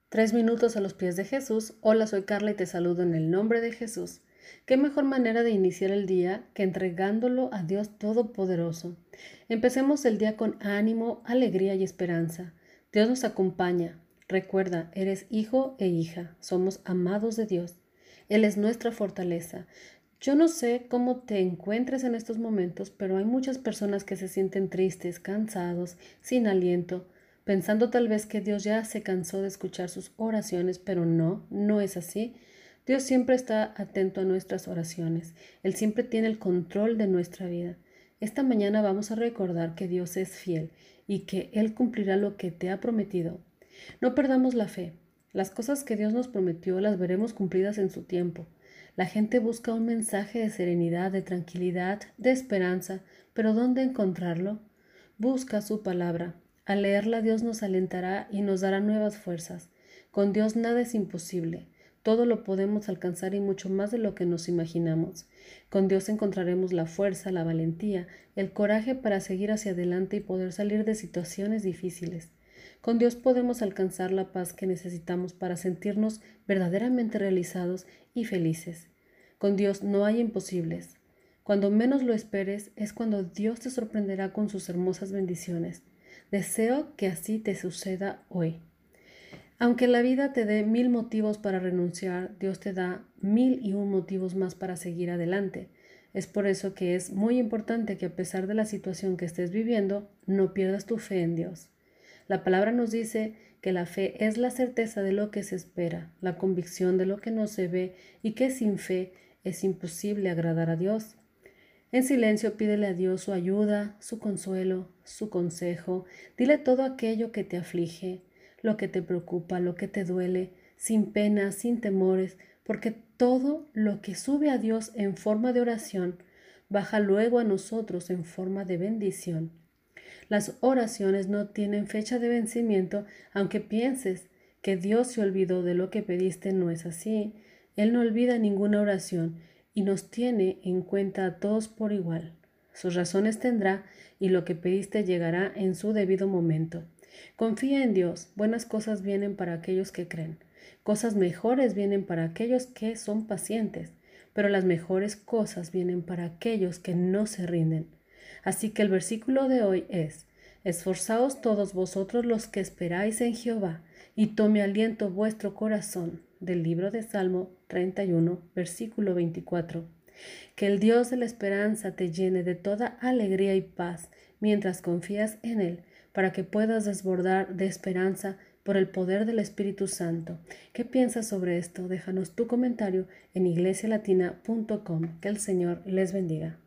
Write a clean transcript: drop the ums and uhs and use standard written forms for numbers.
3 minutos a los pies de Jesús. Hola, soy Carla y te saludo en el nombre de Jesús. ¿Qué mejor manera de iniciar el día que entregándolo a Dios Todopoderoso? Empecemos el día con ánimo, alegría y esperanza. Dios nos acompaña. Recuerda, eres hijo e hija. Somos amados de Dios. Él es nuestra fortaleza. Yo no sé cómo te encuentres en estos momentos, pero hay muchas personas que se sienten tristes, cansados, sin aliento, pensando tal vez que Dios ya se cansó de escuchar sus oraciones, pero no es así. Dios siempre está atento a nuestras oraciones. Él siempre tiene el control de nuestra vida. Esta mañana vamos a recordar que Dios es fiel y que Él cumplirá lo que te ha prometido. No perdamos la fe. Las cosas que Dios nos prometió las veremos cumplidas en su tiempo. La gente busca un mensaje de serenidad, de tranquilidad, de esperanza, pero ¿dónde encontrarlo? Busca su palabra. Al leerla Dios nos alentará y nos dará nuevas fuerzas. Con Dios nada es imposible. Todo lo podemos alcanzar y mucho más de lo que nos imaginamos. Con Dios encontraremos la fuerza, la valentía, el coraje para seguir hacia adelante y poder salir de situaciones difíciles. Con Dios podemos alcanzar la paz que necesitamos para sentirnos verdaderamente realizados y felices. Con Dios no hay imposibles. Cuando menos lo esperes es cuando Dios te sorprenderá con sus hermosas bendiciones. Deseo que así te suceda hoy. Aunque la vida te dé 1000 motivos para renunciar, Dios te da 1001 motivos más para seguir adelante. Es por eso que es muy importante que a pesar de la situación que estés viviendo, no pierdas tu fe en Dios. La palabra nos dice que la fe es la certeza de lo que se espera, la convicción de lo que no se ve y que sin fe es imposible agradar a Dios. En silencio pídele a Dios su ayuda, su consuelo, su consejo. Dile todo aquello que te aflige, lo que te preocupa, lo que te duele, sin pena, sin temores, porque todo lo que sube a Dios en forma de oración, baja luego a nosotros en forma de bendición. Las oraciones no tienen fecha de vencimiento, aunque pienses que Dios se olvidó de lo que pediste, no es así. Él no olvida ninguna oración y nos tiene en cuenta a todos por igual. Sus razones tendrá y lo que pediste llegará en su debido momento. Confía en Dios, buenas cosas vienen para aquellos que creen. Cosas mejores vienen para aquellos que son pacientes, pero las mejores cosas vienen para aquellos que no se rinden. Así que el versículo de hoy es: esforzaos todos vosotros los que esperáis en Jehová, y tome aliento vuestro corazón. Del libro de Salmo 31, versículo 24. Que el Dios de la esperanza te llene de toda alegría y paz mientras confías en Él, para que puedas desbordar de esperanza por el poder del Espíritu Santo. ¿Qué piensas sobre esto? Déjanos tu comentario en iglesialatina.com. Que el Señor les bendiga.